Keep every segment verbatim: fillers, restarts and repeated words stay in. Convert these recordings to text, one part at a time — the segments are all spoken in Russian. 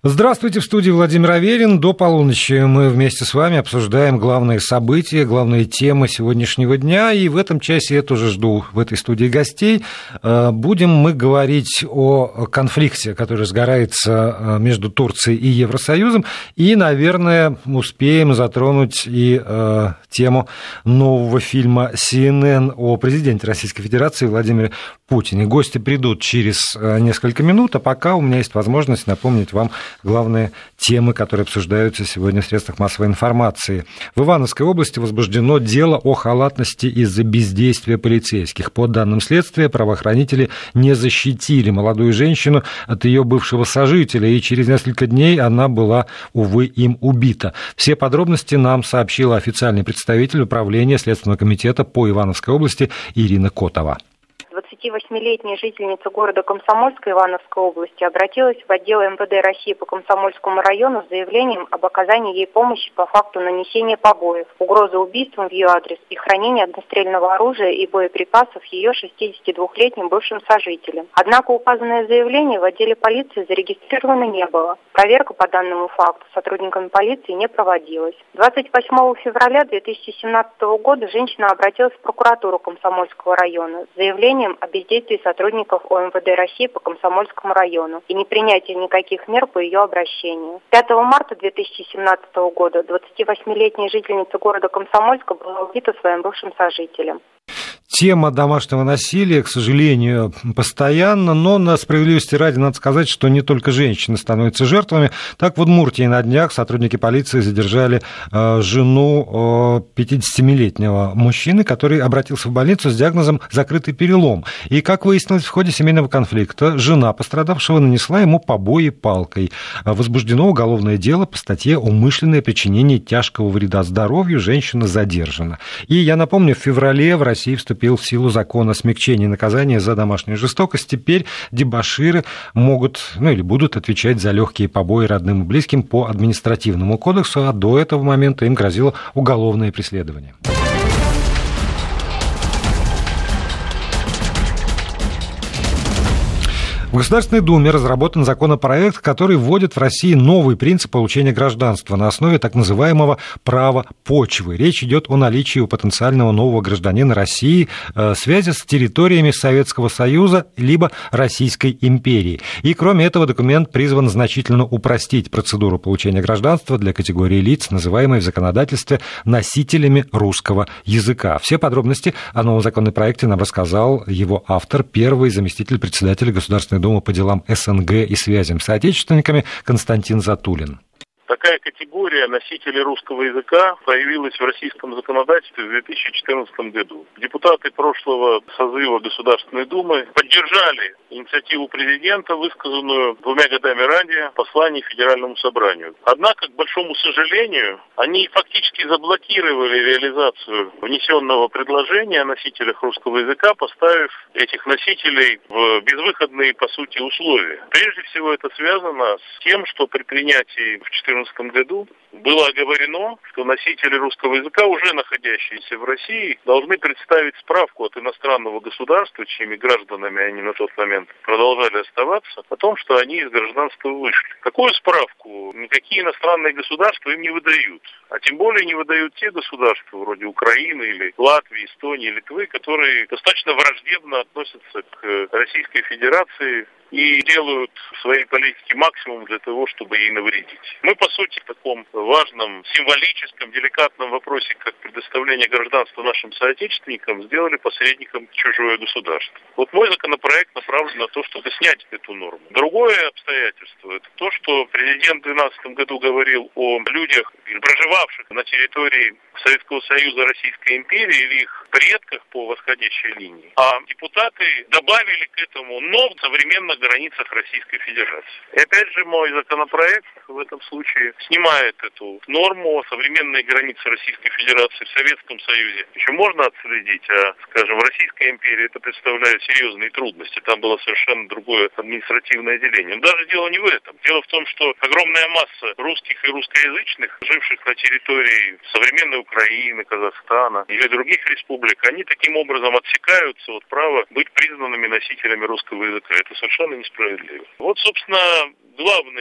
Здравствуйте, в студии Владимир Аверин. До полуночи мы вместе с вами обсуждаем главные события, главные темы сегодняшнего дня. И в этом часе я тоже жду в этой студии гостей. Будем мы говорить о конфликте, который разгорается между Турцией и Евросоюзом. И, наверное, успеем затронуть и тему нового фильма си эн эн о президенте Российской Федерации Владимире Путине. Гости придут через несколько минут, а пока у меня есть возможность напомнить вам главные темы, которые обсуждаются сегодня в средствах массовой информации. В Ивановской области возбуждено дело о халатности из-за бездействия полицейских. По данным следствия, правоохранители не защитили молодую женщину от ее бывшего сожителя, и через несколько дней она была, увы, им убита. Все подробности нам сообщила официальный представитель управления Следственного комитета по Ивановской области Ирина Котова. двадцативосьмилетняя жительница города Комсомольска Ивановской области обратилась в отдел эм вэ дэ России по Комсомольскому району с заявлением об оказании ей помощи по факту нанесения побоев, угрозы убийством в ее адрес и хранения огнестрельного оружия и боеприпасов ее шестидесятидвухлетним бывшим сожителем. Однако указанное заявление в отделе полиции зарегистрировано не было. Проверка по данному факту сотрудниками полиции не проводилась. двадцать восьмого февраля две тысячи семнадцатого года женщина обратилась в прокуратуру Комсомольского района с заявлением о бездействии сотрудников о эм вэ дэ России по Комсомольскому району и непринятии никаких мер по ее обращению. пятого марта две тысячи семнадцатого года двадцативосьмилетняя жительница города Комсомольска была убита своим бывшим сожителем. Тема домашнего насилия, к сожалению, постоянно, но на справедливости ради надо сказать, что не только женщины становятся жертвами. Так, в Удмуртии на днях сотрудники полиции задержали жену пятидесятисемилетнего мужчины, который обратился в больницу с диагнозом «закрытый перелом». И, как выяснилось, в ходе семейного конфликта жена пострадавшего нанесла ему побои палкой. Возбуждено уголовное дело по статье «Умышленное причинение тяжкого вреда здоровью». Женщина задержана. И я напомню, в феврале в России вступил в силу закон о смягчении наказания за домашнюю жестокость. Теперь дебоширы могут, ну или будут отвечать за легкие побои родным и близким по административному кодексу, а до этого момента им грозило уголовное преследование. В Государственной Думе разработан законопроект, который вводит в России новый принцип получения гражданства на основе так называемого права почвы. Речь идет о наличии у потенциального нового гражданина России э, связи с территориями Советского Союза либо Российской империи. И кроме этого документ призван значительно упростить процедуру получения гражданства для категории лиц, называемой в законодательстве носителями русского языка. Все подробности о новом законопроекте нам рассказал его автор, первый заместитель председателя Государственной Думы по делам эс эн гэ и связям с соотечественниками Константин Затулин. Такая категория носителей русского языка появилась в российском законодательстве в две тысячи четырнадцатом году. Депутаты прошлого созыва Государственной Думы поддержали инициативу президента, высказанную двумя годами ранее в послании Федеральному собранию. Однако, к большому сожалению, они фактически заблокировали реализацию внесенного предложения о носителях русского языка, поставив этих носителей в безвыходные, по сути, условия. Прежде всего, это связано с тем, что при принятии в две тысячи четырнадцатом году было оговорено, что носители русского языка, уже находящиеся в России, должны представить справку от иностранного государства, чьими гражданами они на тот момент продолжали оставаться, о том, что они из гражданства вышли. Такую справку никакие иностранные государства им не выдают. А тем более не выдают те государства, вроде Украины или Латвии, Эстонии, Литвы, которые достаточно враждебно относятся к Российской Федерации и делают в своей политике максимум для того, чтобы ей навредить. Мы, по сути, в таком важном, символическом, деликатном вопросе, как предоставление гражданства нашим соотечественникам, сделали посредником чужое государство. Вот мой законопроект направлен на то, чтобы снять эту норму. Другое обстоятельство – это то, что президент в две тысячи двенадцатом году говорил о людях, проживавших на территории Советского Союза, Российской империи или их предках по восходящей линии. А депутаты добавили к этому «но в современных границах Российской Федерации». И опять же, мой законопроект в этом случае снимает эту норму о современной границе Российской Федерации в Советском Союзе. Еще можно отследить, а, скажем, в Российской империи это представляет серьезные трудности. Там было совершенно другое административное деление. Но даже дело не в этом. Дело в том, что огромная масса русских и русскоязычных, живших на территории современной Украины, Казахстана или других республик, они таким образом отсекаются от права быть признанными носителями русского языка. Это совершенно несправедливо. Вот, собственно, главный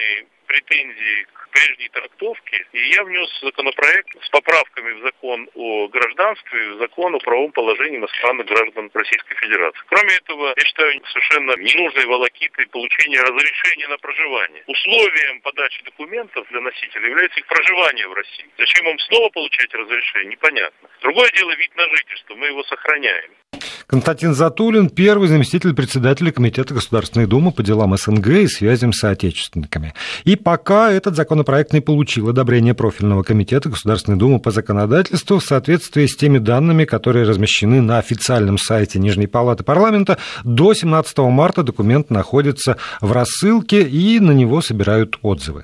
претензии к прежней трактовке, и я внес законопроект с поправками в закон о гражданстве, в закон о правовом положении иностранных граждан Российской Федерации. Кроме этого, я считаю совершенно ненужной волокитой получения разрешения на проживание. Условием подачи документов для носителя является их проживание в России. Зачем им снова получать разрешение, непонятно. Другое дело вид на жительство, мы его сохраняем. Константин Затулин, первый заместитель председателя Комитета Государственной Думы по делам СНГ и связям с соотечественниками. И пока этот законопроект не получил одобрения профильного Комитета Государственной Думы по законодательству в соответствии с теми данными, которые размещены на официальном сайте Нижней Палаты Парламента, до семнадцатого марта документ находится в рассылке и на него собирают отзывы.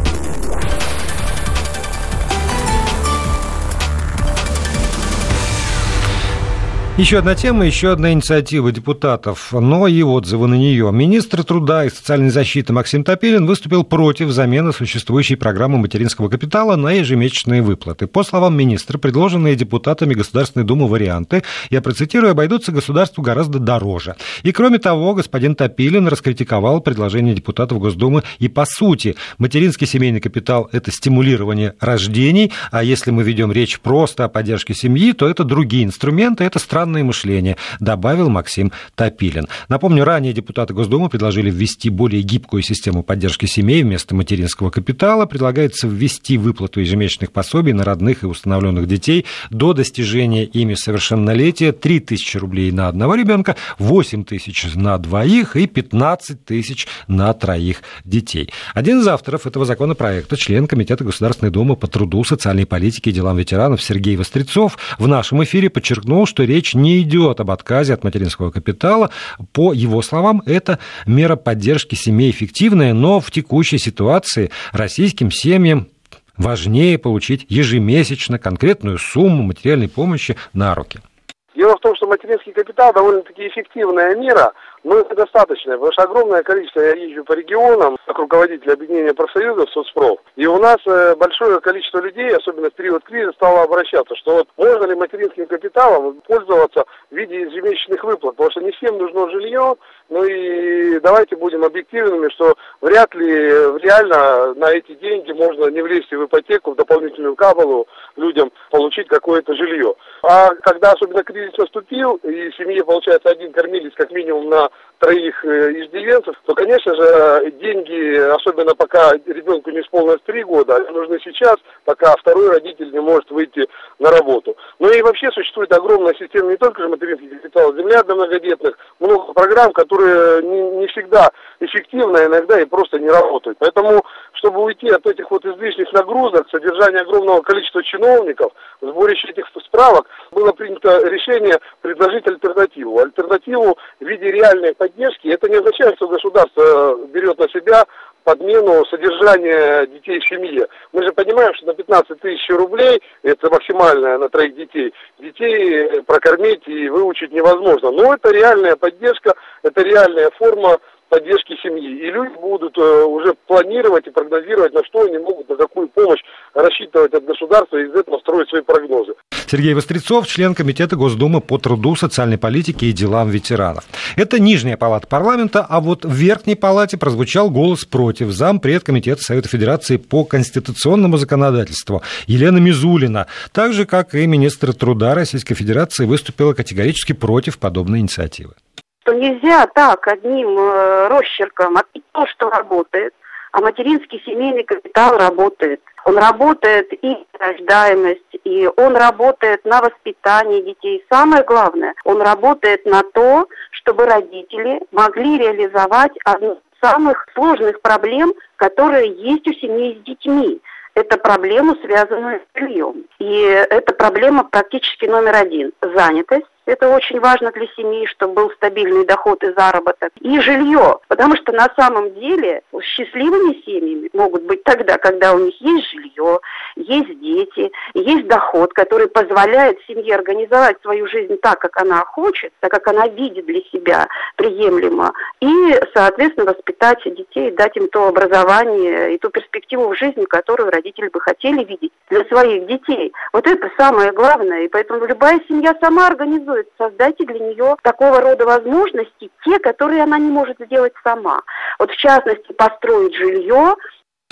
Еще одна тема, еще одна инициатива депутатов, но и отзывы на нее. Министр труда и социальной защиты Максим Топилин выступил против замены существующей программы материнского капитала на ежемесячные выплаты. По словам министра, предложенные депутатами Государственной Думы варианты, я процитирую, обойдутся государству гораздо дороже. И кроме того, господин Топилин раскритиковал предложение депутатов Госдумы и по сути. Материнский семейный капитал – это стимулирование рождений, а если мы ведем речь просто о поддержке семьи, то это другие инструменты, это странные мышление, добавил Максим Топилин. Напомню, ранее депутаты Госдумы предложили ввести более гибкую систему поддержки семей вместо материнского капитала. Предлагается ввести выплату ежемесячных пособий на родных и установленных детей до достижения ими совершеннолетия три тысячи рублей на одного ребенка, восемь тысяч на двоих и пятнадцать тысяч на троих детей. Один из авторов этого законопроекта, член Комитета Государственной Думы по труду, социальной политике и делам ветеранов Сергей Вострецов в нашем эфире подчеркнул, что речь не идет об отказе от материнского капитала. По его словам, это мера поддержки семей эффективная, но в текущей ситуации российским семьям важнее получить ежемесячно конкретную сумму материальной помощи на руки. Дело в том, что материнский капитал довольно-таки эффективная мера, но это достаточно, потому что огромное количество, я езжу по регионам, как руководитель объединения профсоюзов соцпроф, и у нас большое количество людей, особенно в период кризиса, стало обращаться, что вот можно ли материнским капиталом пользоваться в виде ежемесячных выплат, потому что не всем нужно жилье, ну и давайте будем объективными, что вряд ли реально на эти деньги можно не влезть в ипотеку, в дополнительную кабалу людям получить какое-то жилье. А когда особенно кризис наступил, и в семье получается один кормилец как минимум на троих иждивенцев, то, конечно же, деньги, особенно пока ребенку не исполнилось три года, они нужны сейчас, пока второй родитель не может выйти на работу. Ну и вообще существует огромная система не только же материнских капиталов, земля для многодетных, много программ, которые не, не всегда эффективны, а иногда и просто не работают. Поэтому, чтобы уйти от этих вот излишних нагрузок, содержания огромного количества чиновников, сборище этих справок, было принято решение предложить альтернативу. Альтернативу в виде реальной поддержки. Это не означает, что государство берет на себя подмену содержания детей в семье. Мы же понимаем, что на пятнадцать тысяч рублей, это максимальное на троих детей, детей прокормить и выучить невозможно. Но это реальная поддержка, это реальная форма поддержки семьи. И люди будут э, уже планировать и прогнозировать, на что они могут, на какую помощь рассчитывать от государства и из этого строить свои прогнозы. Сергей Вострецов, член Комитета Госдумы по труду, социальной политике и делам ветеранов. Это нижняя палата парламента, а вот в верхней палате прозвучал голос против. Зампред Комитета Совета Федерации по конституционному законодательству Елена Мизулина, так же, как и министр труда Российской Федерации, выступила категорически против подобной инициативы. Что нельзя так одним э, росчерком отменить то, что работает, а материнский семейный капитал работает. Он работает и на рождаемость, и он работает на воспитание детей. Самое главное, он работает на то, чтобы родители могли реализовать одну из самых сложных проблем, которые есть у семей с детьми. Это проблему, связанную с жильем. И это проблема практически номер один. Занятость. Это очень важно для семьи, чтобы был стабильный доход и заработок. И жилье. Потому что на самом деле счастливыми семьями могут быть тогда, когда у них есть жилье, есть дети, есть доход, который позволяет семье организовать свою жизнь так, как она хочет, так, как она видит для себя приемлемо. И, соответственно, воспитать детей, дать им то образование и ту перспективу в жизни, которую родители бы хотели видеть для своих детей. Вот это самое главное. И поэтому любая семья сама организует. Создайте для нее такого рода возможности, те, которые она не может сделать сама. Вот в частности, построить жилье.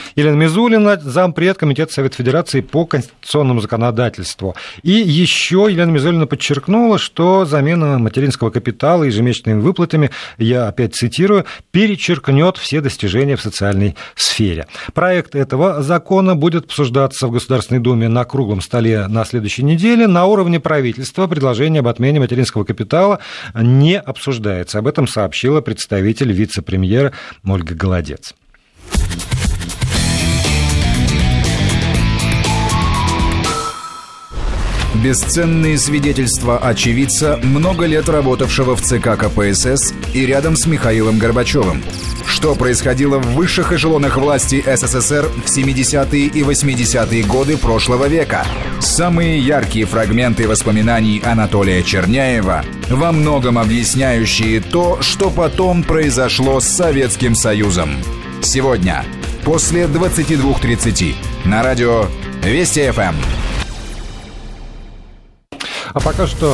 Елена Мизулина, зампред Комитета Совета Федерации по конституционному законодательству. И еще Елена Мизулина подчеркнула, что замена материнского капитала ежемесячными выплатами, я опять цитирую, перечеркнет все достижения в социальной сфере. Проект этого закона будет обсуждаться в Государственной Думе на круглом столе на следующей неделе. На уровне правительства предложение об отмене материнского капитала не обсуждается. Об этом сообщила представитель вице-премьера Ольга Голодец. Бесценные свидетельства очевидца, много лет работавшего в ЦК КПСС и рядом с Михаилом Горбачевым. Что происходило в высших эшелонах власти СССР в семидесятые и восьмидесятые годы прошлого века. Самые яркие фрагменты воспоминаний Анатолия Черняева, во многом объясняющие то, что потом произошло с Советским Союзом. Сегодня, после двадцати двух тридцати, на радио Вести эф эм. А пока что...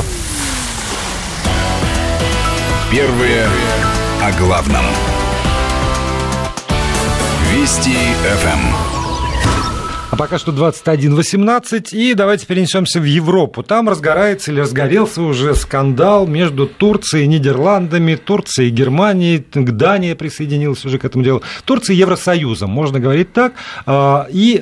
Первые о главном. Вести эф эм. А пока что двадцать один восемнадцать, и давайте перенесемся в Европу. Там разгорается или разгорелся уже скандал между Турцией и Нидерландами, Турцией и Германией, Дания присоединилась уже к этому делу, Турцией и Евросоюзом, можно говорить так, и...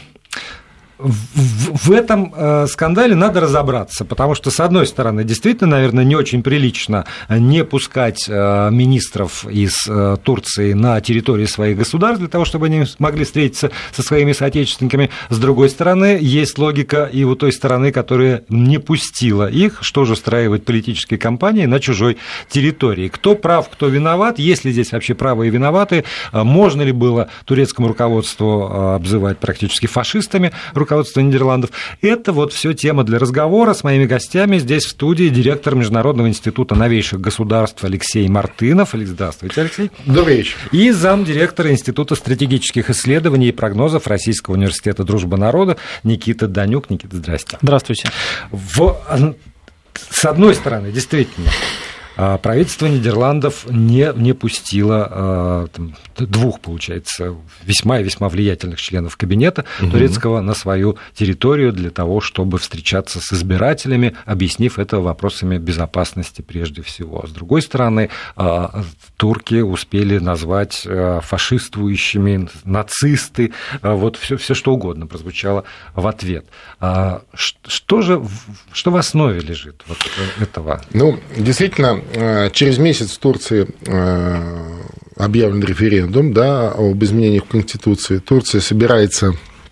В этом скандале надо разобраться, потому что, с одной стороны, действительно, наверное, не очень прилично не пускать министров из Турции на территории своих государств для того, чтобы они могли встретиться со своими соотечественниками. С другой стороны, есть логика и у той стороны, которая не пустила их, что же устраивать политические кампании на чужой территории. Кто прав, кто виноват, есть ли здесь вообще правы и виноваты, можно ли было турецкому руководству обзывать практически фашистами, руководство Нидерландов. Это вот все тема для разговора с моими гостями. Здесь в студии директор Международного института новейших государств Алексей Мартынов. Здравствуйте, Алексей. Добрый вечер. И замдиректора Института стратегических исследований и прогнозов Российского университета «Дружба народа» Никита Данюк. Никита, здрасте. Здравствуйте. В... С одной стороны, действительно, правительство Нидерландов не, не пустило там, двух, получается, весьма и весьма влиятельных членов кабинета угу. турецкого на свою территорию для того, чтобы встречаться с избирателями, объяснив это вопросами безопасности прежде всего. С другой стороны, турки успели назвать фашистующими, нацисты, вот все, все что угодно прозвучало в ответ. Что же, что в основе лежит вот этого? Ну, действительно, через месяц в Турции объявлен референдум, да, об изменениях в Конституции. Турция собирается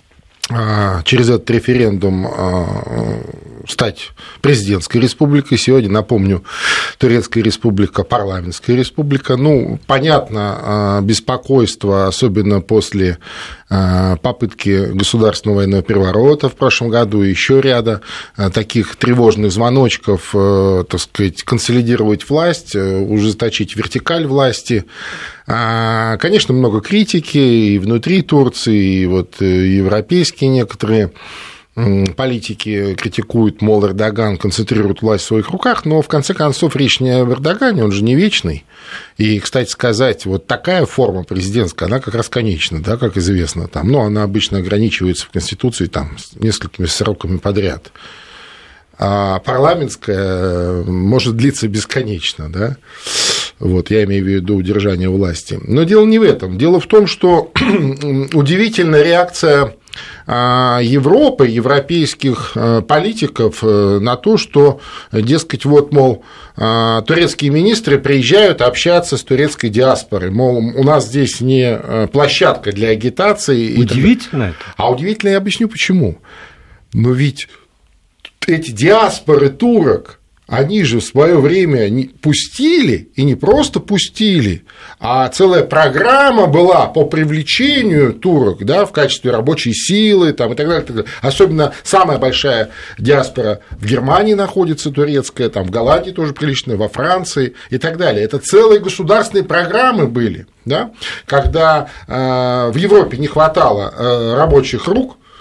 через этот референдум стать президентской республикой. Сегодня, напомню, Турецкая республика, парламентская республика. Ну, понятно, беспокойство, особенно после попытки государственного военного переворота в прошлом году, еще ряда таких тревожных звоночков, так сказать, консолидировать власть, ужесточить вертикаль власти. Конечно, много критики и внутри Турции, и вот европейские некоторые политики критикуют, мол, Эрдоган концентрирует власть в своих руках, но в конце концов речь не об Эрдогане, он же не вечный. И, кстати сказать, вот такая форма президентская, она как раз конечна, да, как известно, там, но она обычно ограничивается в Конституции там, с несколькими сроками подряд. А парламентская может длиться бесконечно, да. Вот, я имею в виду удержание власти. Но дело не в этом. Дело в том, что удивительная реакция Европы, европейских политиков на то, что, дескать, вот, мол, турецкие министры приезжают общаться с турецкой диаспорой, мол, у нас здесь не площадка для агитации. Удивительно это. А удивительно, я объясню, почему. Но ведь эти диаспоры турок, они же в свое время пустили, и не просто пустили, а целая программа была по привлечению турок, да, в качестве рабочей силы там, и так далее, и так далее. Особенно самая большая диаспора в Германии находится, турецкая, там, в Голландии тоже приличная, во Франции и так далее. Это целые государственные программы были, да, когда э, в Европе не хватало э, рабочих рук,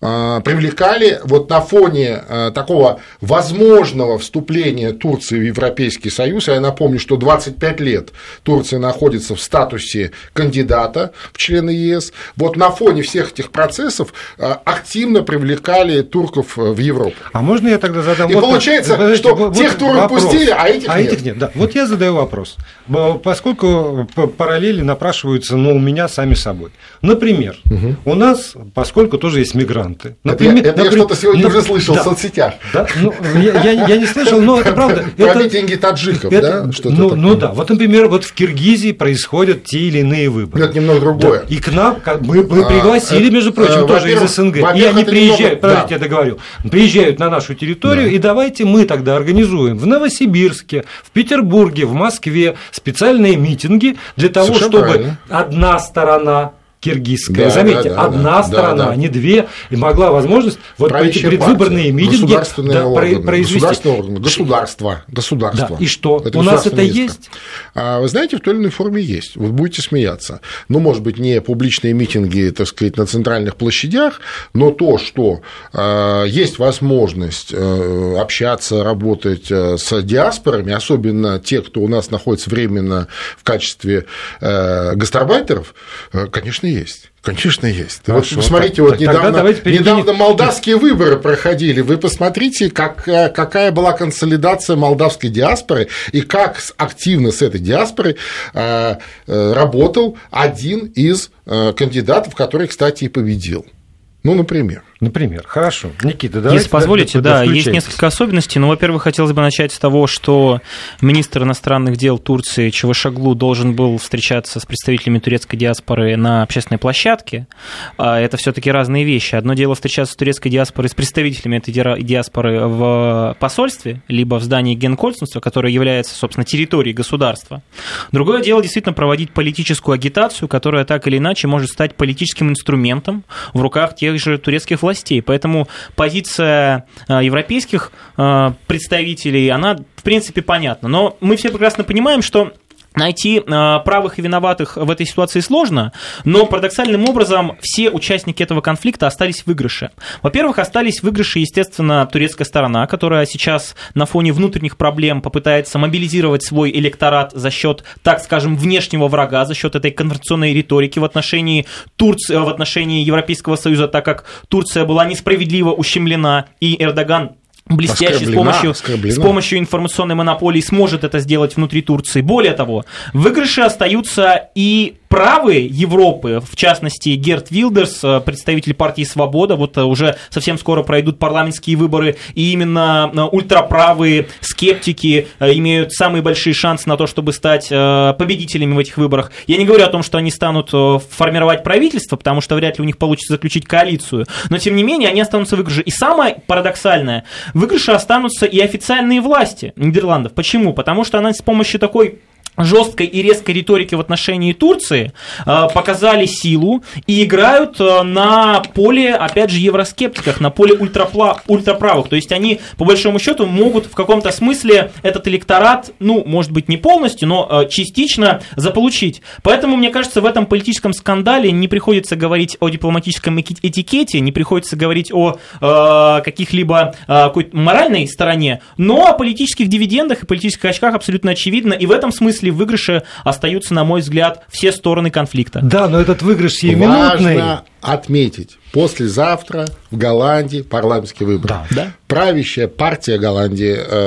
привлекали вот на фоне такого возможного вступления Турции в Европейский Союз. Я напомню, что двадцать пять лет Турция находится в статусе кандидата в члены ЕС. Вот на фоне всех этих процессов активно привлекали турков в Европу. А можно я тогда задам? И вот получается, так, что вот тех турок вопрос. пустили, а этих а нет. Этих нет. Да. Вот я задаю вопрос. Поскольку параллели напрашиваются, ну, у меня сами собой. Например, угу. у нас, поскольку тоже есть мигранты. Например, это я, это например, я что-то сегодня на... уже слышал да. в соцсетях. Да? Ну, я, я, я не слышал, но это правда. Про это... митинги таджиков, это... да? Что-то ну, такое. ну да. Вот, например, вот в Киргизии происходят те или иные выборы. Это немного другое. Да. И к нам мы, мы пригласили, между прочим, а, тоже из СНГ. И они приезжают, подождите, да. я договорю, приезжают на нашу территорию, да. и давайте мы тогда организуем в Новосибирске, в Петербурге, в Москве специальные митинги для того, Совершенно чтобы правильно. одна сторона киргизская, да, заметьте, да, да, одна да, сторона, да, да. а не две, и могла возможность вот эти предвыборные партия, митинги да, органы, произвести. Государственные органы, государство, государство. Да. И что, это у нас это есть? А, вы знаете, в той или иной форме есть, вы будете смеяться. Ну, может быть, не публичные митинги, так сказать, на центральных площадях, но то, что э, есть возможность э, общаться, работать э, с диаспорами, особенно те, кто у нас находится временно в качестве э, гастарбайтеров, э, конечно, есть. Конечно, есть. Хорошо, вот посмотрите, так, вот недавно, недавно молдавские выборы проходили. Вы посмотрите, как, какая была консолидация молдавской диаспоры и как активно с этой диаспорой э, работал один из кандидатов, который, кстати, и победил. Ну, например. Например, хорошо. Никита, давайте. Если позволите, да, есть несколько особенностей. Но, во-первых, хотелось бы начать с того, что министр иностранных дел Турции Чавушоглу должен был встречаться с представителями турецкой диаспоры на общественной площадке. Это все-таки разные вещи. Одно дело встречаться с турецкой диаспорой, с представителями этой диаспоры в посольстве, либо в здании генконсульства, которое является, собственно, территорией государства. Другое дело действительно проводить политическую агитацию, которая так или иначе может стать политическим инструментом в руках тех же турецких властей. Поэтому позиция европейских представителей, она, в принципе, понятна. Но мы все прекрасно понимаем, что найти правых и виноватых в этой ситуации сложно, но парадоксальным образом все участники этого конфликта остались в выигрыше. Во-первых, остались в выигрыше, естественно, турецкая сторона, которая сейчас на фоне внутренних проблем попытается мобилизировать свой электорат за счет, так скажем, внешнего врага, за счет этой конфронтационной риторики в отношении Турции, в отношении Европейского Союза, так как Турция была несправедливо ущемлена, и Эрдоган блестяще с помощью, с помощью информационной монополии сможет это сделать внутри Турции. Более того, в выигрыше остаются и правые Европы, в частности, Герт Вилдерс, представитель партии «Свобода», вот уже совсем скоро пройдут парламентские выборы, и именно ультраправые скептики имеют самые большие шансы на то, чтобы стать победителями в этих выборах. Я не говорю о том, что они станут формировать правительство, потому что вряд ли у них получится заключить коалицию, но, тем не менее, они останутся в выигрыше. И самое парадоксальное, в выигрыше останутся и официальные власти Нидерландов. Почему? Потому что она с помощью такой жесткой и резкой риторики в отношении Турции э, показали силу и играют э, на поле, опять же, евроскептиков, на поле ультрапла- ультраправых. То есть они, по большому счету, могут в каком-то смысле этот электорат, ну, может быть, не полностью, но э, частично заполучить. Поэтому, мне кажется, в этом политическом скандале не приходится говорить о дипломатическом этикете, не приходится говорить о э, каких-либо э, какой-то моральной стороне, но о политических дивидендах и политических очках абсолютно очевидно. И в этом смысле в выигрыше остаются, на мой взгляд, все стороны конфликта. Да, но этот выигрыш сиюминутный. Важно отметить, послезавтра в Голландии парламентские выборы. Да. Да? Правящая партия Голландии,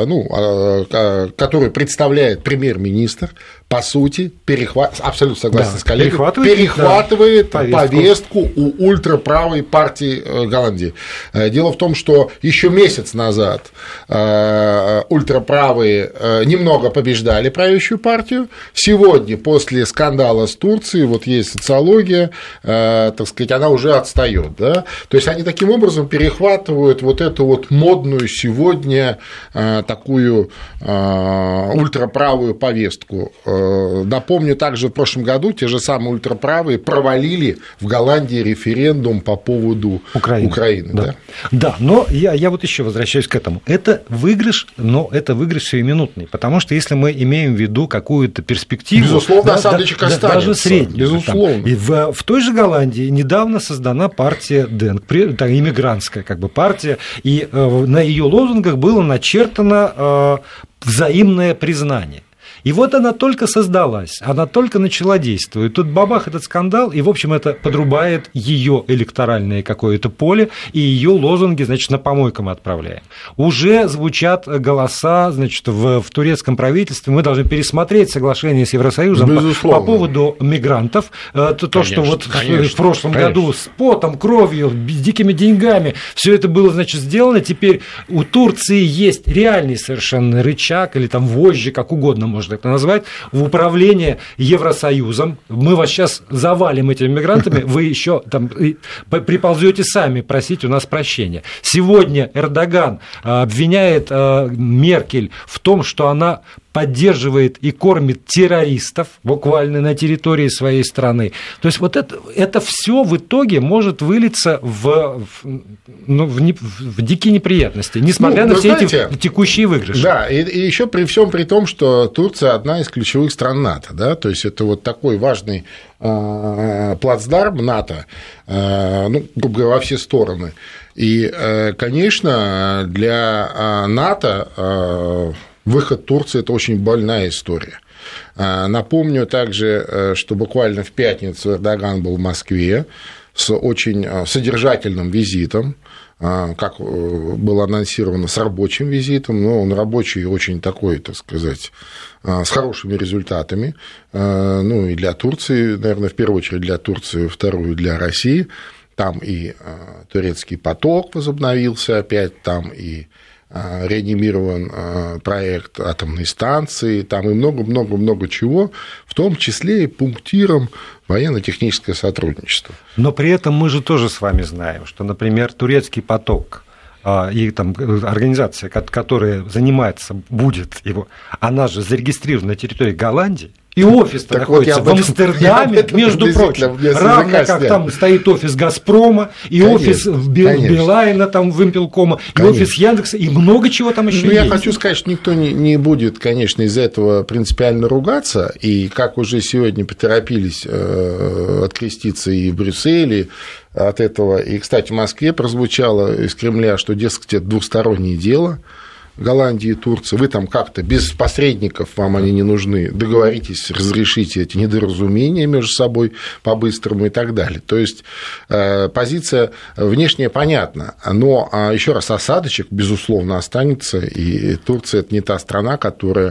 ну, которую представляет премьер-министр, по сути, перехват... абсолютно согласен да, с коллегой, перехватывает, перехватывает да, повестку. повестку у ультраправой партии Голландии. Дело в том, что еще месяц назад ультраправые немного побеждали правящую партию. Сегодня, после скандала с Турцией, вот есть социология, так сказать, она уже отстает. Да? То есть они таким образом перехватывают вот эту вот модную сегодня такую ультраправую повестку. Напомню, также в прошлом году те же самые ультраправые провалили в Голландии референдум по поводу Украины. Украины да. Да? да, но я, я вот еще возвращаюсь к этому. Это выигрыш, но это выигрыш сиюминутный, потому что если мы имеем в виду какую-то перспективу, безусловно, да, осадочек да, останется. Даже средний. Безусловно. Там, и в, в той же Голландии недавно недавно создана партия ДЭНК, иммигрантская как бы партия, и на ее лозунгах было начертано взаимное признание. И вот она только создалась, она только начала действовать. Тут бабах этот скандал, и, в общем, это подрубает ее электоральное какое-то поле, и ее лозунги, значит, на помойку мы отправляем. Уже звучат голоса, значит, в, в турецком правительстве, мы должны пересмотреть соглашение с Евросоюзом по, по поводу мигрантов. То, конечно, что вот конечно, в прошлом конечно. году с потом, кровью, с дикими деньгами, все это было, значит, сделано. Теперь у Турции есть реальный совершенно рычаг, или там вожжи, как угодно можно это назвать, в управление Евросоюзом. Мы вас сейчас завалим этими мигрантами, вы еще там приползете сами просить у нас прощения. Сегодня Эрдоган обвиняет Меркель в том, что она поддерживает и кормит террористов буквально на территории своей страны. То есть вот это, это все в итоге может вылиться в, в, ну, в, не, в дикие неприятности, несмотря ну, на все знаете, эти текущие выигрыши. Да, и, и еще при всем при том, что Турция одна из ключевых стран НАТО, да, то есть это вот такой важный э, плацдарм НАТО, э, ну, грубо говоря, во все стороны. И, э, конечно, для НАТО э, выход Турции – это очень больная история. Напомню также, что буквально в пятницу Эрдоган был в Москве с очень содержательным визитом, как было анонсировано, с рабочим визитом, но он рабочий очень такой, так сказать, с хорошими результатами, ну и для Турции, наверное, в первую очередь для Турции, вторую для России. Там и турецкий поток возобновился опять, там и реанимирован проект атомной станции, там и много-много-много чего, в том числе и пунктиром военно-техническое сотрудничество. Но при этом мы же тоже с вами знаем, что, например, турецкий поток и там организация, которая занимается, будет его, она же зарегистрирована на территории Голландии, и офис-то так находится вот в Амстердаме, между прочим, равно как снят. Там стоит офис «Газпрома», и конечно, офис Билайна, там, Вимпелкома, и конечно. Офис Яндекса, и много чего там еще ну, есть. Я хочу сказать, что никто не, не будет, конечно, из-за этого принципиально ругаться, и как уже сегодня поторопились э, откреститься и в Брюсселе от этого, и, кстати, в Москве прозвучало из Кремля, что, дескать, это двустороннее дело, Голландии и Турции, вы там как-то без посредников, вам они не нужны, договоритесь, разрешите эти недоразумения между собой по-быстрому и так далее. То есть позиция внешняя понятна, но еще раз осадочек, безусловно, останется, и Турция – это не та страна, которая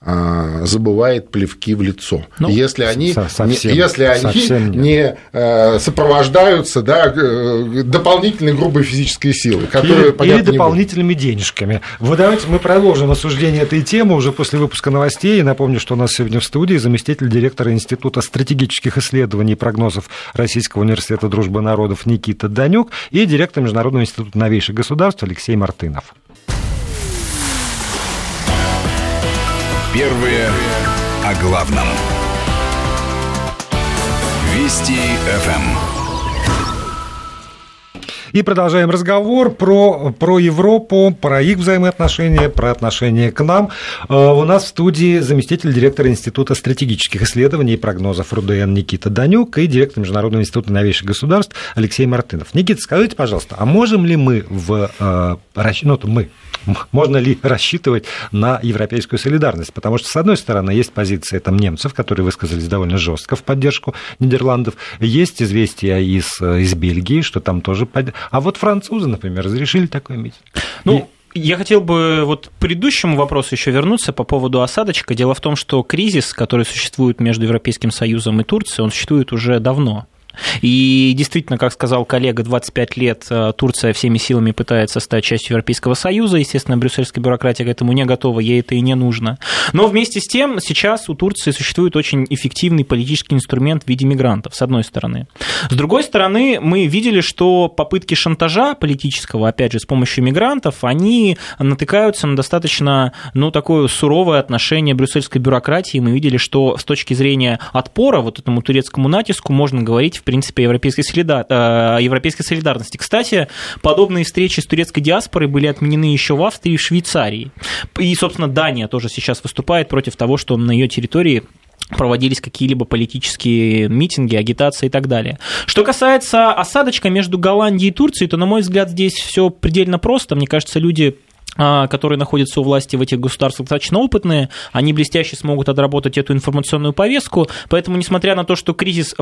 забывает плевки в лицо. Ну, если они, совсем, не, если они не сопровождаются да, дополнительной грубой физической силой, которая, или, понятно, или дополнительными денежками. Вот давайте мы продолжим обсуждение этой темы уже после выпуска новостей. Я напомню, что у нас сегодня в студии заместитель директора Института стратегических исследований и прогнозов Российского университета дружбы народов Никита Данюк и директор Международного института новейших государств Алексей Мартынов. Первые о главном. Вести эф эм. И продолжаем разговор про, про Европу, про их взаимоотношения, про отношения к нам. У нас в студии заместитель директора Института стратегических исследований и прогнозов РУДН Никита Данюк и директор Международного института новейших государств Алексей Мартынов. Никита, скажите, пожалуйста, а можем ли мы в... Ну, мы... Можно ли рассчитывать на европейскую солидарность? Потому что, с одной стороны, есть позиция там, немцев, которые высказались довольно жестко в поддержку Нидерландов. Есть известия из, из Бельгии, что там тоже... Под... А вот французы, например, разрешили такой митинг. Ну, И... Я хотел бы вот к предыдущему вопросу еще вернуться по поводу осадочка. Дело в том, что кризис, который существует между Европейским Союзом и Турцией, он существует уже давно. И действительно, как сказал коллега, двадцать пять лет Турция всеми силами пытается стать частью Европейского Союза. Естественно, брюссельская бюрократия к этому не готова, ей это и не нужно. Но вместе с тем сейчас у Турции существует очень эффективный политический инструмент в виде мигрантов, с одной стороны. С другой стороны, мы видели, что попытки шантажа политического, опять же, с помощью мигрантов, они натыкаются на достаточно, ну, такое суровое отношение брюссельской бюрократии. Мы видели, что с точки зрения отпора вот этому турецкому натиску можно говорить, в принципе, о европейской, солидар... европейской солидарности. Кстати, подобные встречи с турецкой диаспорой были отменены еще в Австрии и в Швейцарии. И, собственно, Дания тоже сейчас выступает против того, что на ее территории проводились какие-либо политические митинги, агитации и так далее. Что касается осадочка между Голландией и Турцией, то, на мой взгляд, здесь все предельно просто. Мне кажется, люди, которые находятся у власти в этих государствах, достаточно опытные, они блестяще смогут отработать эту информационную повестку, поэтому, несмотря на то, что кризис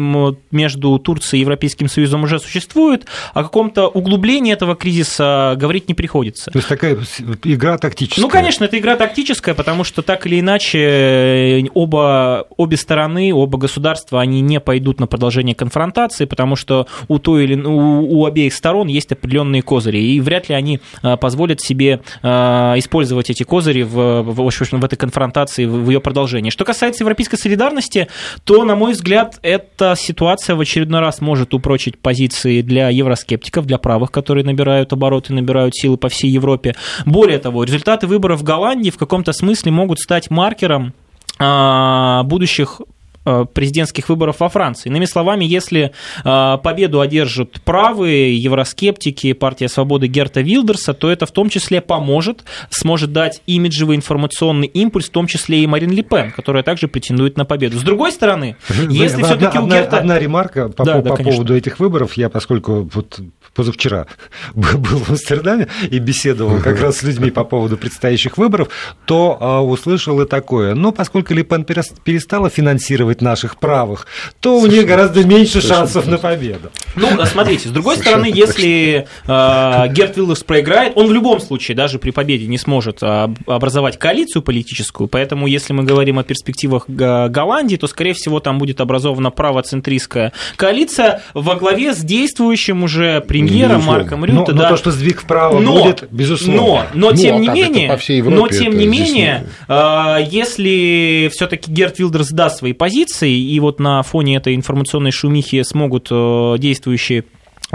между Турцией и Европейским Союзом уже существует, о каком-то углублении этого кризиса говорить не приходится. То есть такая игра тактическая? Ну, конечно, это игра тактическая, потому что так или иначе оба, обе стороны, оба государства, они не пойдут на продолжение конфронтации, потому что у, той или, у, у обеих сторон есть определенные козыри, и вряд ли они позволят себе использовать эти козыри в, в, в, в этой конфронтации, в ее продолжении. Что касается европейской солидарности, то, на мой взгляд, эта ситуация в очередной раз может упрочить позиции для евроскептиков, для правых, которые набирают обороты, набирают силы по всей Европе. Более того, результаты выборов в Голландии в каком-то смысле могут стать маркером а, будущих президентских выборов во Франции. Иными словами, если победу одержат правые, евроскептики, партия свободы Герта Вилдерса, то это в том числе поможет, сможет дать имиджевый информационный импульс, в том числе и Марин Ле Пен, которая также претендует на победу. С другой стороны, если одна, все-таки у Герта... Одна ремарка по, да, по, да, по поводу этих выборов. Я, поскольку вот позавчера был в Амстердаме и беседовал как раз с людьми по поводу предстоящих выборов, то а, услышал и такое. Но поскольку Ле Пен перестала финансировать наших правых, то у них гораздо меньше шансов на победу. Ну, смотрите, с другой стороны, если э, Герт Вилдерс проиграет, он в любом случае, даже при победе, не сможет образовать коалицию политическую, поэтому если мы говорим о перспективах Голландии, то, скорее всего, там будет образована правоцентристская коалиция во главе с действующим уже премьером безусловно. Марком Рютте. Но, да. но то, что сдвиг вправо но, будет, безусловно. Но, но, ну, тем а не менее, по всей Европе но тем не менее, не... э, если все-таки Герт Вилдерс даст свои позиции, и вот на фоне этой информационной шумихи смогут э, действующие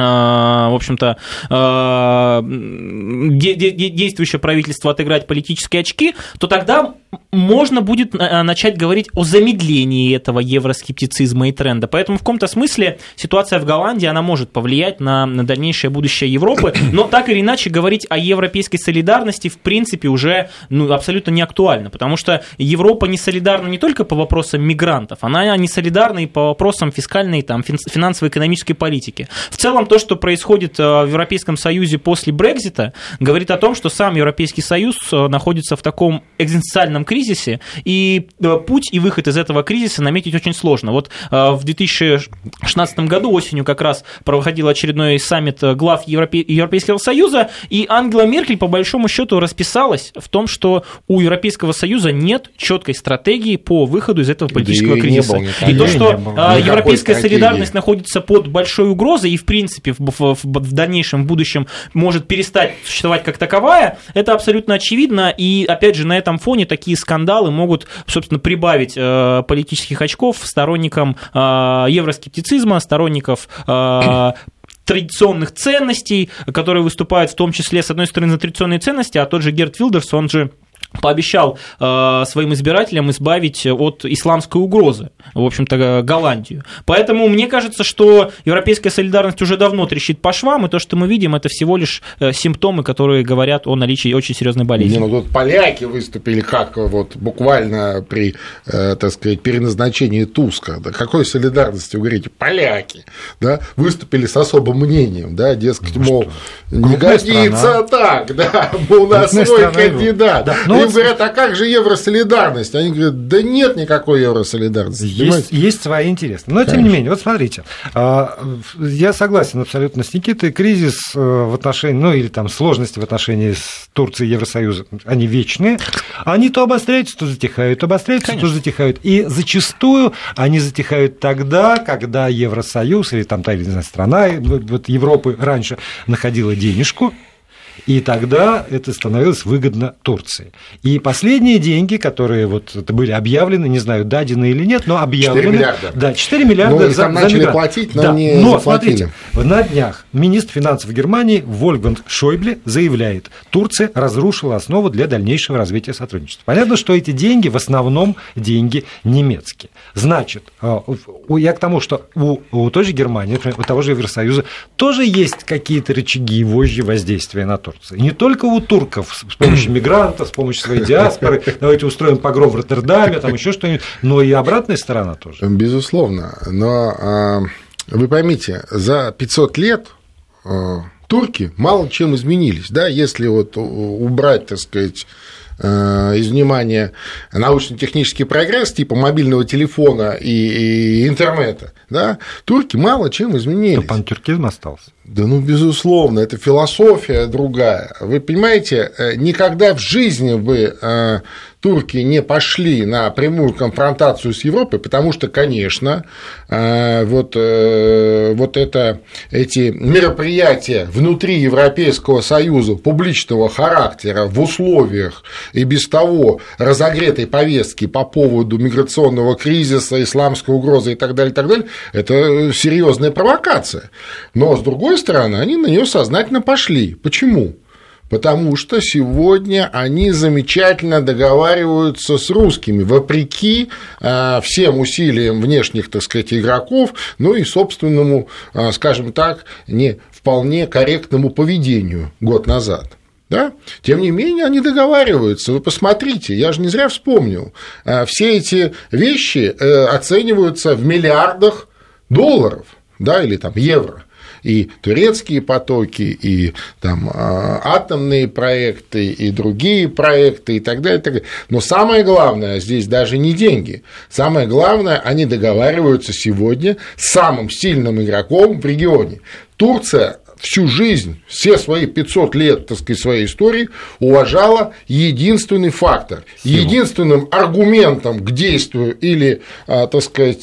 в общем-то, действующее правительство отыграть политические очки, то тогда можно будет начать говорить о замедлении этого евроскептицизма и тренда. Поэтому в каком-то смысле ситуация в Голландии, она может повлиять на, на дальнейшее будущее Европы, но так или иначе говорить о европейской солидарности в принципе уже ну, абсолютно не актуально, потому что Европа не солидарна не только по вопросам мигрантов, она не солидарна и по вопросам фискальной, там, финансово-экономической политики. В целом то, что происходит в Европейском Союзе после Брексита, говорит о том, что сам Европейский Союз находится в таком экзистенциальном кризисе, и путь и выход из этого кризиса наметить очень сложно. Вот в две тысячи шестнадцатом году осенью как раз проходил очередной саммит глав Европе... Европейского Союза, и Ангела Меркель по большому счету расписалась в том, что у Европейского Союза нет четкой стратегии по выходу из этого политического да кризиса. Было, и то, что европейская солидарность находится под большой угрозой и в принципе В, в, в дальнейшем, в будущем может перестать существовать как таковая, это абсолютно очевидно, и опять же на этом фоне такие скандалы могут, собственно, прибавить э, политических очков сторонникам э, евроскептицизма, сторонников э, традиционных ценностей, которые выступают в том числе, с одной стороны, за традиционные ценности, а тот же Герт Вилдерс, он же пообещал э, своим избирателям избавить от исламской угрозы, в общем-то, Голландию. Поэтому мне кажется, что европейская солидарность уже давно трещит по швам, и то, что мы видим, это всего лишь э, симптомы, которые говорят о наличии очень серьезной болезни. Не, ну тут поляки выступили как вот буквально при, э, так сказать, переназначении Туска. Да, какой солидарности вы говорите? Поляки, да, выступили с особым мнением, да, дескать, ну, мол, что? Не годится страна. Так, да, у нас Крупная свой кандидат. Да. Ну, им вот... говорят, а как же евросолидарность? Они говорят, да нет никакой евросолидарности. Есть, есть свои интересы. Но, Конечно. Тем не менее, вот смотрите, я согласен абсолютно с Никитой, кризис в отношении, ну, или там сложности в отношении с Турцией и Евросоюзом, они вечные, они то обостряются, то затихают, то обостряются, Конечно. То затихают. И зачастую они затихают тогда, когда Евросоюз или там та или иная страна вот Европы раньше находила денежку, и тогда это становилось выгодно Турции. И последние деньги, которые вот были объявлены, не знаю, дадены или нет, но объявлены. четыре миллиарда. Да, четыре миллиарда ну, за, там за начали мигрант. Платить, но да. не Но заплатили. Смотрите, на днях министр финансов Германии Вольфганг Шойбле заявляет, Турция разрушила основу для дальнейшего развития сотрудничества. Понятно, что эти деньги в основном деньги немецкие. Значит, я к тому, что у, у той же Германии, у того же Евросоюза тоже есть какие-то рычаги и вожжи воздействия на Турцию. Турции. Не только у турков с помощью мигрантов, с помощью своей диаспоры, давайте устроим погром в Роттердаме, там еще что-нибудь, но и обратная сторона тоже. Безусловно, но вы поймите, за пятьсот лет турки мало чем изменились, да, если вот убрать, так сказать, из внимания научно-технический прогресс типа мобильного телефона и, и интернета, да, турки мало чем изменились. Но пантюркизм остался. Да, ну, безусловно, это философия другая. Вы понимаете, никогда в жизни бы турки не пошли на прямую конфронтацию с Европой, потому что, конечно, вот, вот это, эти мероприятия внутри Европейского Союза публичного характера в условиях и без того разогретой повестки по поводу миграционного кризиса, исламской угрозы и так далее, и так далее, это серьезная провокация. Но, с другой стороны, они на нее сознательно пошли. Почему? Потому что сегодня они замечательно договариваются с русскими, вопреки всем усилиям внешних, так сказать, игроков, ну и собственному, скажем так, не вполне корректному поведению год назад. Да? Тем не менее, они договариваются. Вы посмотрите, я же не зря вспомнил, все эти вещи оцениваются в миллиардах долларов, да, или там евро. И турецкие потоки, и там атомные проекты, и другие проекты, и так далее, и так далее. Но самое главное здесь даже не деньги. Самое главное, они договариваются сегодня с самым сильным игроком в регионе. Турция всю жизнь, все свои пятьсот лет, так сказать, своей истории уважала единственный фактор. Сила. Единственным аргументом к действию или, так сказать,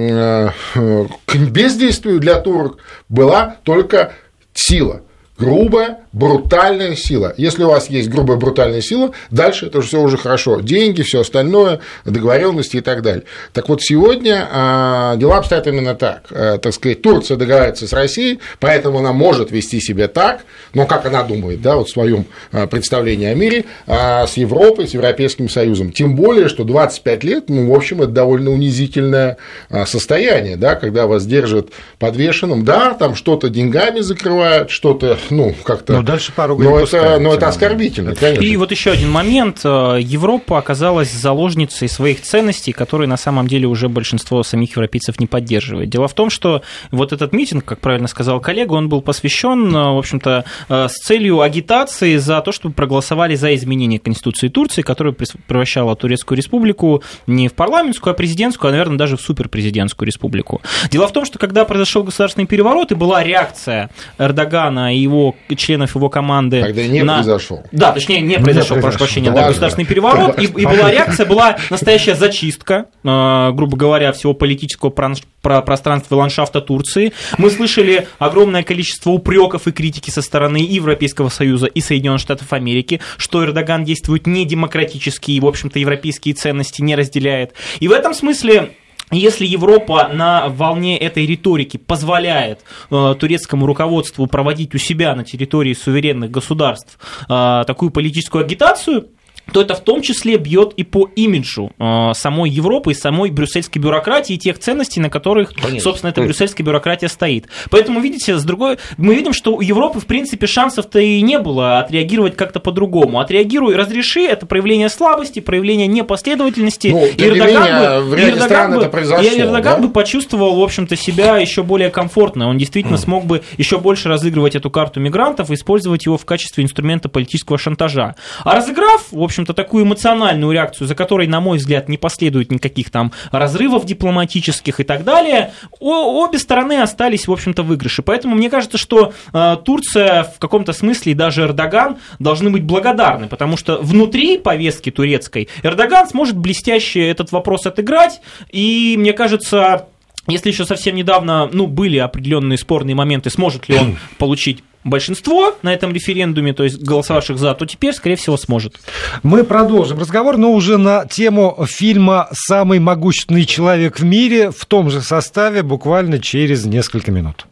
к бездействию для турок была только сила. Грубая, брутальная сила. Если у вас есть грубая, брутальная сила, дальше это все уже хорошо. Деньги, все остальное, договоренности и так далее. Так вот, сегодня дела обстоят именно так. Так сказать, Турция договаривается с Россией, поэтому она может вести себя так, но как она думает, да, вот в своем представлении о мире, с Европой, с Европейским Союзом. Тем более, что двадцать пять лет, ну, в общем, это довольно унизительное состояние, да, когда вас держат подвешенным, да, там что-то деньгами закрывают, что-то, ну, как-то. Но дальше пару но это, но это оскорбительно, конечно. И вот еще один момент. Европа оказалась заложницей своих ценностей, которые на самом деле уже большинство самих европейцев не поддерживает. Дело в том, что вот этот митинг, как правильно сказал коллега, он был посвящен, в общем-то, с целью агитации за то, чтобы проголосовали за изменение Конституции Турции, которая превращала Турецкую республику не в парламентскую, а президентскую, а, наверное, даже в суперпрезидентскую республику. Дело в том, что когда произошел государственный переворот и была реакция Эрдогана и его членов его команды. Когда не на... произошел. Да, точнее, не произошел, не прошу прощения, да, государственный переворот, и, и была реакция, была настоящая зачистка, э, грубо говоря, всего политического пространства и ландшафта Турции. Мы слышали огромное количество упреков и критики со стороны и Европейского Союза, и Соединенных Штатов Америки, что Эрдоган действует недемократически и, в общем-то, европейские ценности не разделяет. И в этом смысле... Если Европа на волне этой риторики позволяет э, турецкому руководству проводить у себя на территории суверенных государств э, такую политическую агитацию, то это в том числе бьет и по имиджу э, самой Европы и самой брюссельской бюрократии и тех ценностей, на которых, конечно, собственно, эта брюссельская бюрократия стоит. Поэтому, видите, с другой, мы видим, что у Европы, в принципе, шансов-то и не было отреагировать как-то по-другому. Отреагируй, разреши, это проявление слабости, проявление непоследовательности. Ну, и Эрдоган, бы, и Эрдоган, бы, и Эрдоган да? бы почувствовал, в общем-то, себя еще более комфортно. Он действительно mm. смог бы еще больше разыгрывать эту карту мигрантов и использовать его в качестве инструмента политического шантажа. А разыграв, в общем, общем-то, такую эмоциональную реакцию, за которой, на мой взгляд, не последует никаких там разрывов дипломатических и так далее, о- обе стороны остались, в общем-то, в выигрыше. Поэтому мне кажется, что э, Турция в каком-то смысле и даже Эрдоган должны быть благодарны, потому что внутри повестки турецкой Эрдоган сможет блестяще этот вопрос отыграть, и, мне кажется, если еще совсем недавно, ну, были определенные спорные моменты, сможет ли он получить большинство на этом референдуме, то есть голосовавших за, то теперь, скорее всего, сможет. Мы продолжим разговор, но уже на тему фильма «Самый могущественный человек в мире» в том же составе буквально через несколько минут.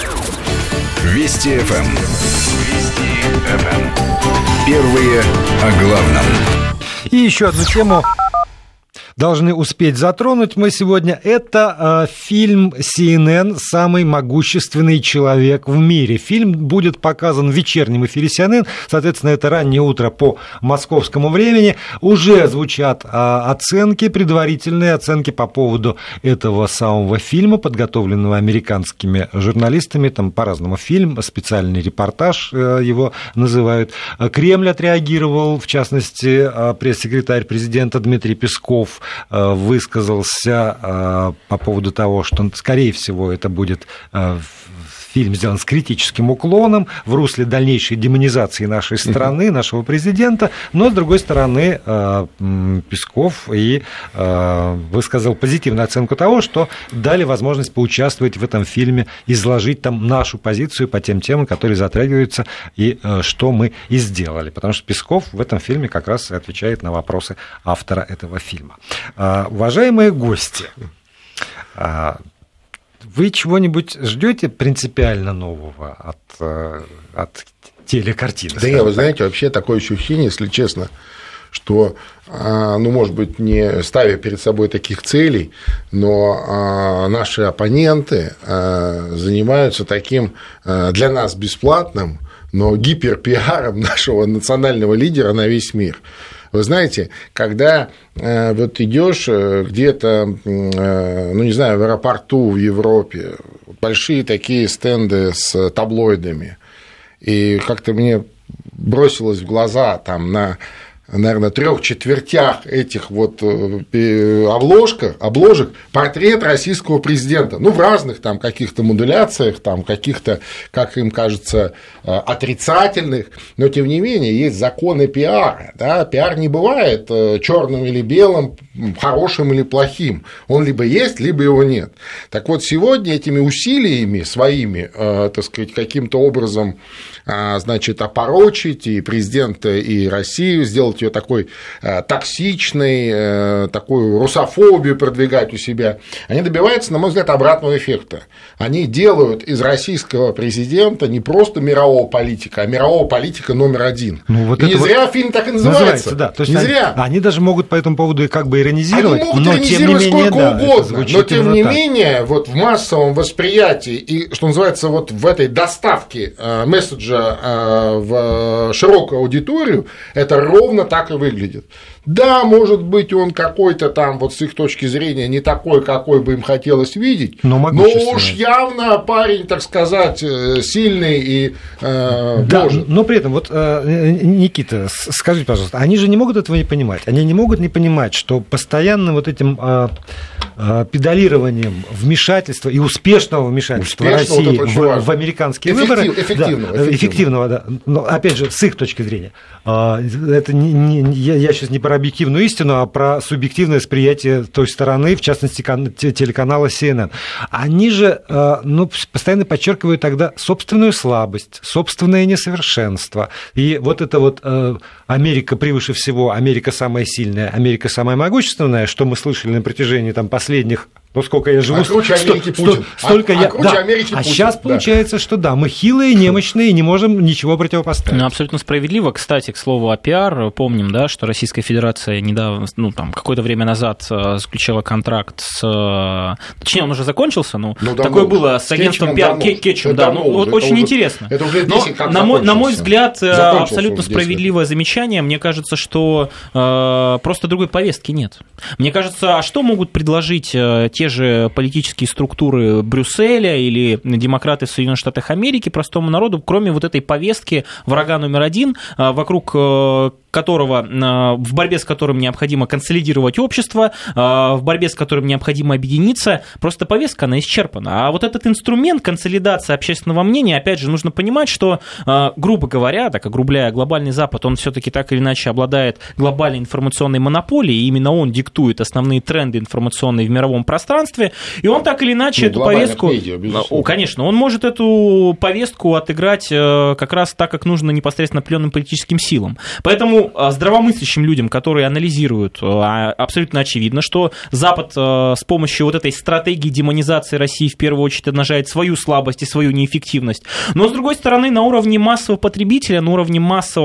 Вести эф эм. Вести эф эм. Первые о главном. И еще одну тему должны успеть затронуть мы сегодня. Это э, фильм си эн эн «Самый могущественный человек в мире». Фильм будет показан в вечернем эфире си эн эн, соответственно, это раннее утро по московскому времени. Уже звучат э, оценки, предварительные оценки по поводу этого самого фильма, подготовленного американскими журналистами. Там по-разному фильм, специальный репортаж э, его называют. Кремль отреагировал, в частности, э, пресс-секретарь президента Дмитрий Песков высказался по поводу того, что, скорее всего, это будет фильм сделан с критическим уклоном в русле дальнейшей демонизации нашей страны, нашего президента, но, с другой стороны, Песков и высказал позитивную оценку того, что дали возможность поучаствовать в этом фильме, изложить там нашу позицию по тем темам, которые затрагиваются, и что мы и сделали. Потому что Песков в этом фильме как раз и отвечает на вопросы автора этого фильма. Уважаемые гости, вы чего-нибудь ждете принципиально нового от, от телекартины? Да, я, вы знаете, вообще такое ощущение, если честно, что, ну, может быть, не ставя перед собой таких целей, но наши оппоненты занимаются таким для нас бесплатным, но гиперпиаром нашего национального лидера на весь мир. Вы знаете, когда э, вот идешь где-то, э, ну, не знаю, в аэропорту в Европе, большие такие стенды с таблоидами, и как-то мне бросилось в глаза там на, наверное, трех четвертях этих вот обложек, обложек портрет российского президента, ну, в разных там каких-то модуляциях, там каких-то, как им кажется, отрицательных, но, тем не менее, есть законы пиара, да, пиар не бывает черным или белым, хорошим или плохим, он либо есть, либо его нет. Так вот, сегодня этими усилиями своими, так сказать, каким-то образом, значит, опорочить и президента, и Россию, сделать ее такой токсичной, такую русофобию продвигать у себя, они добиваются, на мой взгляд, обратного эффекта. Они делают из российского президента не просто мирового политика, а мирового политика номер один. Ну, вот и не зря вот фильм так и называется. называется да. То есть не они, зря. Они даже могут по этому поводу как бы иронизировать. Они могут но, иронизировать тем не менее, сколько да, угодно, но тем не так. менее, вот в массовом восприятии и, что называется, вот в этой доставке месседжа в широкую аудиторию, это ровно так и выглядит. Да, может быть, он какой-то там, вот с их точки зрения, не такой, какой бы им хотелось видеть, но, но уж явно парень, так сказать, сильный и э, да, может. Но при этом, вот, Никита, скажите, пожалуйста, они же не могут этого не понимать. Они не могут не понимать, что постоянно вот этим педалированием вмешательства и успешного вмешательства Успешного, России вот в, в американские Эффектив, выборы, эффективного, да, эффективного, да, но, опять же, с их точки зрения, это не, не, я, я сейчас не про объективную истину, а про субъективное восприятие той стороны, в частности, телеканала си эн эн. Они же, ну, постоянно подчеркивают тогда собственную слабость, собственное несовершенство. И вот это вот Америка превыше всего, Америка самая сильная, Америка самая могущественная, что мы слышали на протяжении там, последних... Ну, сколько я живу, а круче Америки сто, Путин. Столько а, я... а круче да. Америки а Путин. сейчас да. получается, что да, мы хилые, немощные, и не можем ничего противопоставить. Ну, абсолютно справедливо. Кстати, к слову о пиар, помним, да, что Российская Федерация недавно, ну, там, какое-то время назад заключила контракт с... Точнее, он уже закончился, но ну, такое было с агентством пиар Кетчум, да, ну, вот очень уже, интересно. Это уже но, на, мой, на мой взгляд, абсолютно справедливое замечание. Мне кажется, что э, просто другой повестки нет. Мне кажется, а что могут предложить э, те же политические структуры Брюсселя или демократы в Соединенных Штатах Америки простому народу, кроме вот этой повестки врага номер один, вокруг которого, в борьбе с которым необходимо консолидировать общество, в борьбе с которым необходимо объединиться, просто повестка, она исчерпана. А вот этот инструмент консолидации общественного мнения, опять же, нужно понимать, что, грубо говоря, так огрубляя глобальный Запад, он все-таки так или иначе обладает глобальной информационной монополией, и именно он диктует основные тренды информационные в мировом пространстве, и он так или иначе ну, эту повестку... Медиа, конечно, он может эту повестку отыграть как раз так, как нужно непосредственно определенным политическим силам. Поэтому здравомыслящим людям, которые анализируют, абсолютно очевидно, что Запад с помощью вот этой стратегии демонизации России в первую очередь обнажает свою слабость и свою неэффективность. Но, с другой стороны, на уровне массового потребителя, на уровне массового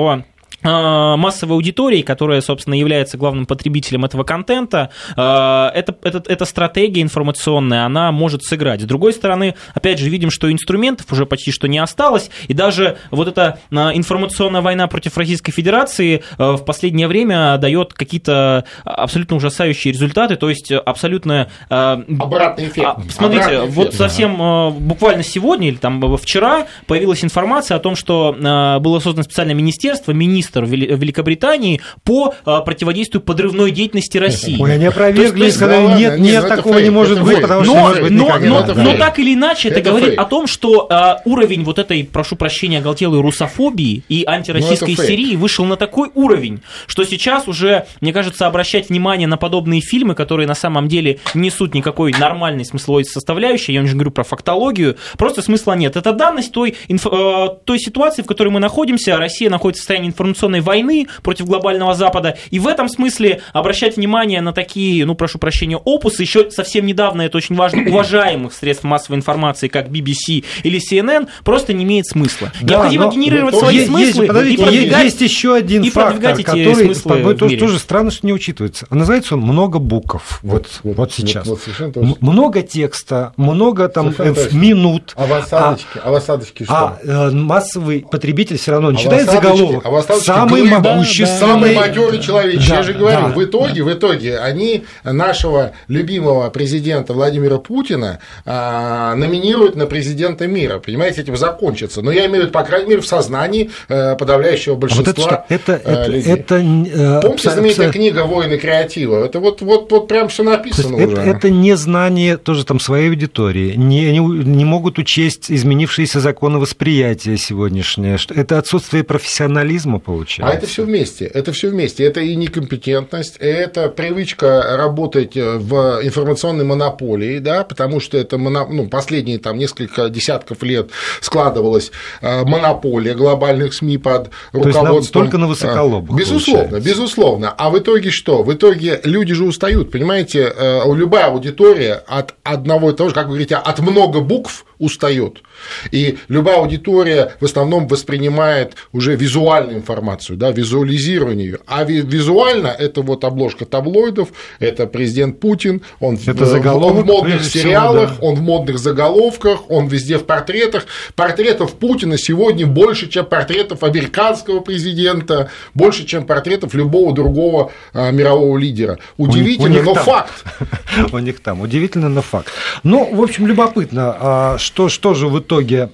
массовой аудиторией, которая, собственно, является главным потребителем этого контента, эта, эта, эта стратегия информационная, она может сыграть. С другой стороны, опять же, видим, что инструментов уже почти что не осталось, и даже вот эта информационная война против Российской Федерации в последнее время дает какие-то абсолютно ужасающие результаты, то есть абсолютно... Обратный эффект. Смотрите, Обратный эффект, вот совсем да. буквально сегодня или там вчера появилась информация о том, что было создано специальное министерство, министр Великобритании по противодействию подрывной деятельности России. Ой, они опровергли, сказали, нет, нет, нет, такого фейк, не может быть, фейк. потому что но, не может быть но, никогда. Но, но так или иначе, это, это говорит фейк. о том, что а, уровень вот этой, прошу прощения, оголтелой русофобии и антироссийской истерии вышел на такой уровень, что сейчас уже, мне кажется, обращать внимание на подобные фильмы, которые на самом деле не несут никакой нормальной смысловой составляющей, я уже говорю про фактологию, просто смысла нет. Это данность той, инф, э, той ситуации, в которой мы находимся. Россия находится в состоянии информационной войны против глобального Запада, и в этом смысле обращать внимание на такие, ну, прошу прощения, опусы, еще совсем недавно, это очень важно, уважаемых средств массовой информации, как би би си или си эн эн, просто не имеет смысла. Да, необходимо генерировать свои есть, смыслы есть, и продвигать, есть еще один и фактор, который тоже, тоже странно, что не учитывается. Называется он много букв. Вот, вот, вот сейчас. Вот, вот много текста, много там э, минут. А в осадочке, а, а, в осадочке что? А э, массовый потребитель все равно не а читает заголовок. А в самый могущественный. Самый матерый человек. Да, я же говорю, да. в итоге, в итоге они нашего любимого президента Владимира Путина а, номинируют на президента мира. Понимаете, этим закончится. Но я имею в виду, по крайней мере, в сознании э, подавляющего большинства а вот это, э, это, людей. Это, это, Помните знаменитая книга «Воины креатива»? Это вот, вот, вот прям все написано уже. Это, это незнание тоже там своей аудитории. Не, не, не могут учесть изменившиеся законы восприятия сегодняшнее. Это отсутствие профессионализма получается. А это все вместе. Это все вместе. Это и некомпетентность, это привычка работать в информационной монополии, да, потому что это моно... ну, последние там, несколько десятков лет складывалась монополия глобальных СМИ под руководством. То есть только на высоколобых. Безусловно, получается. безусловно. А в итоге что? В итоге люди же устают, понимаете, любая аудитория от одного и того же, как вы говорите, от много букв устает. И любая аудитория в основном воспринимает уже визуальную информацию, да, визуализирование ее. А визуально это вот обложка таблоидов, это президент Путин, он, это в, заголовок, он в модных сериалах, всего, да. он в модных заголовках, он везде в портретах. Портретов Путина сегодня больше, чем портретов американского президента, больше, чем портретов любого другого а, мирового лидера. Удивительно, но там. факт. У них там. Удивительно, но факт. Ну, в общем, любопытно, что, что же в итоге...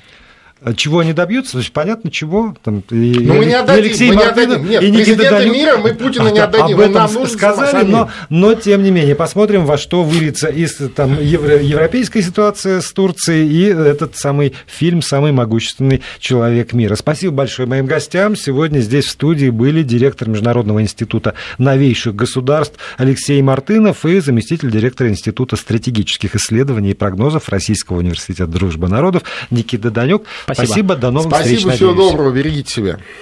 Чего они добьются? То есть понятно, чего. Там, и, но мы не отдадим, Алексей мы не Мартынов, отдадим. Нет, и президента Данюк. мира мы Путина а, не отдадим. Об этом нам нужно сказали, но, но тем не менее, посмотрим, во что выльется из там, евро, европейская ситуация с Турцией и этот самый фильм «Самый могущественный человек мира». Спасибо большое моим гостям. Сегодня здесь в студии были директор Международного института новейших государств Алексей Мартынов и заместитель директора Института стратегических исследований и прогнозов Российского университета дружбы народов Никита Данюк. Спасибо. Спасибо. До новых Спасибо, встреч. всего Надеюсь. доброго, берегите себя.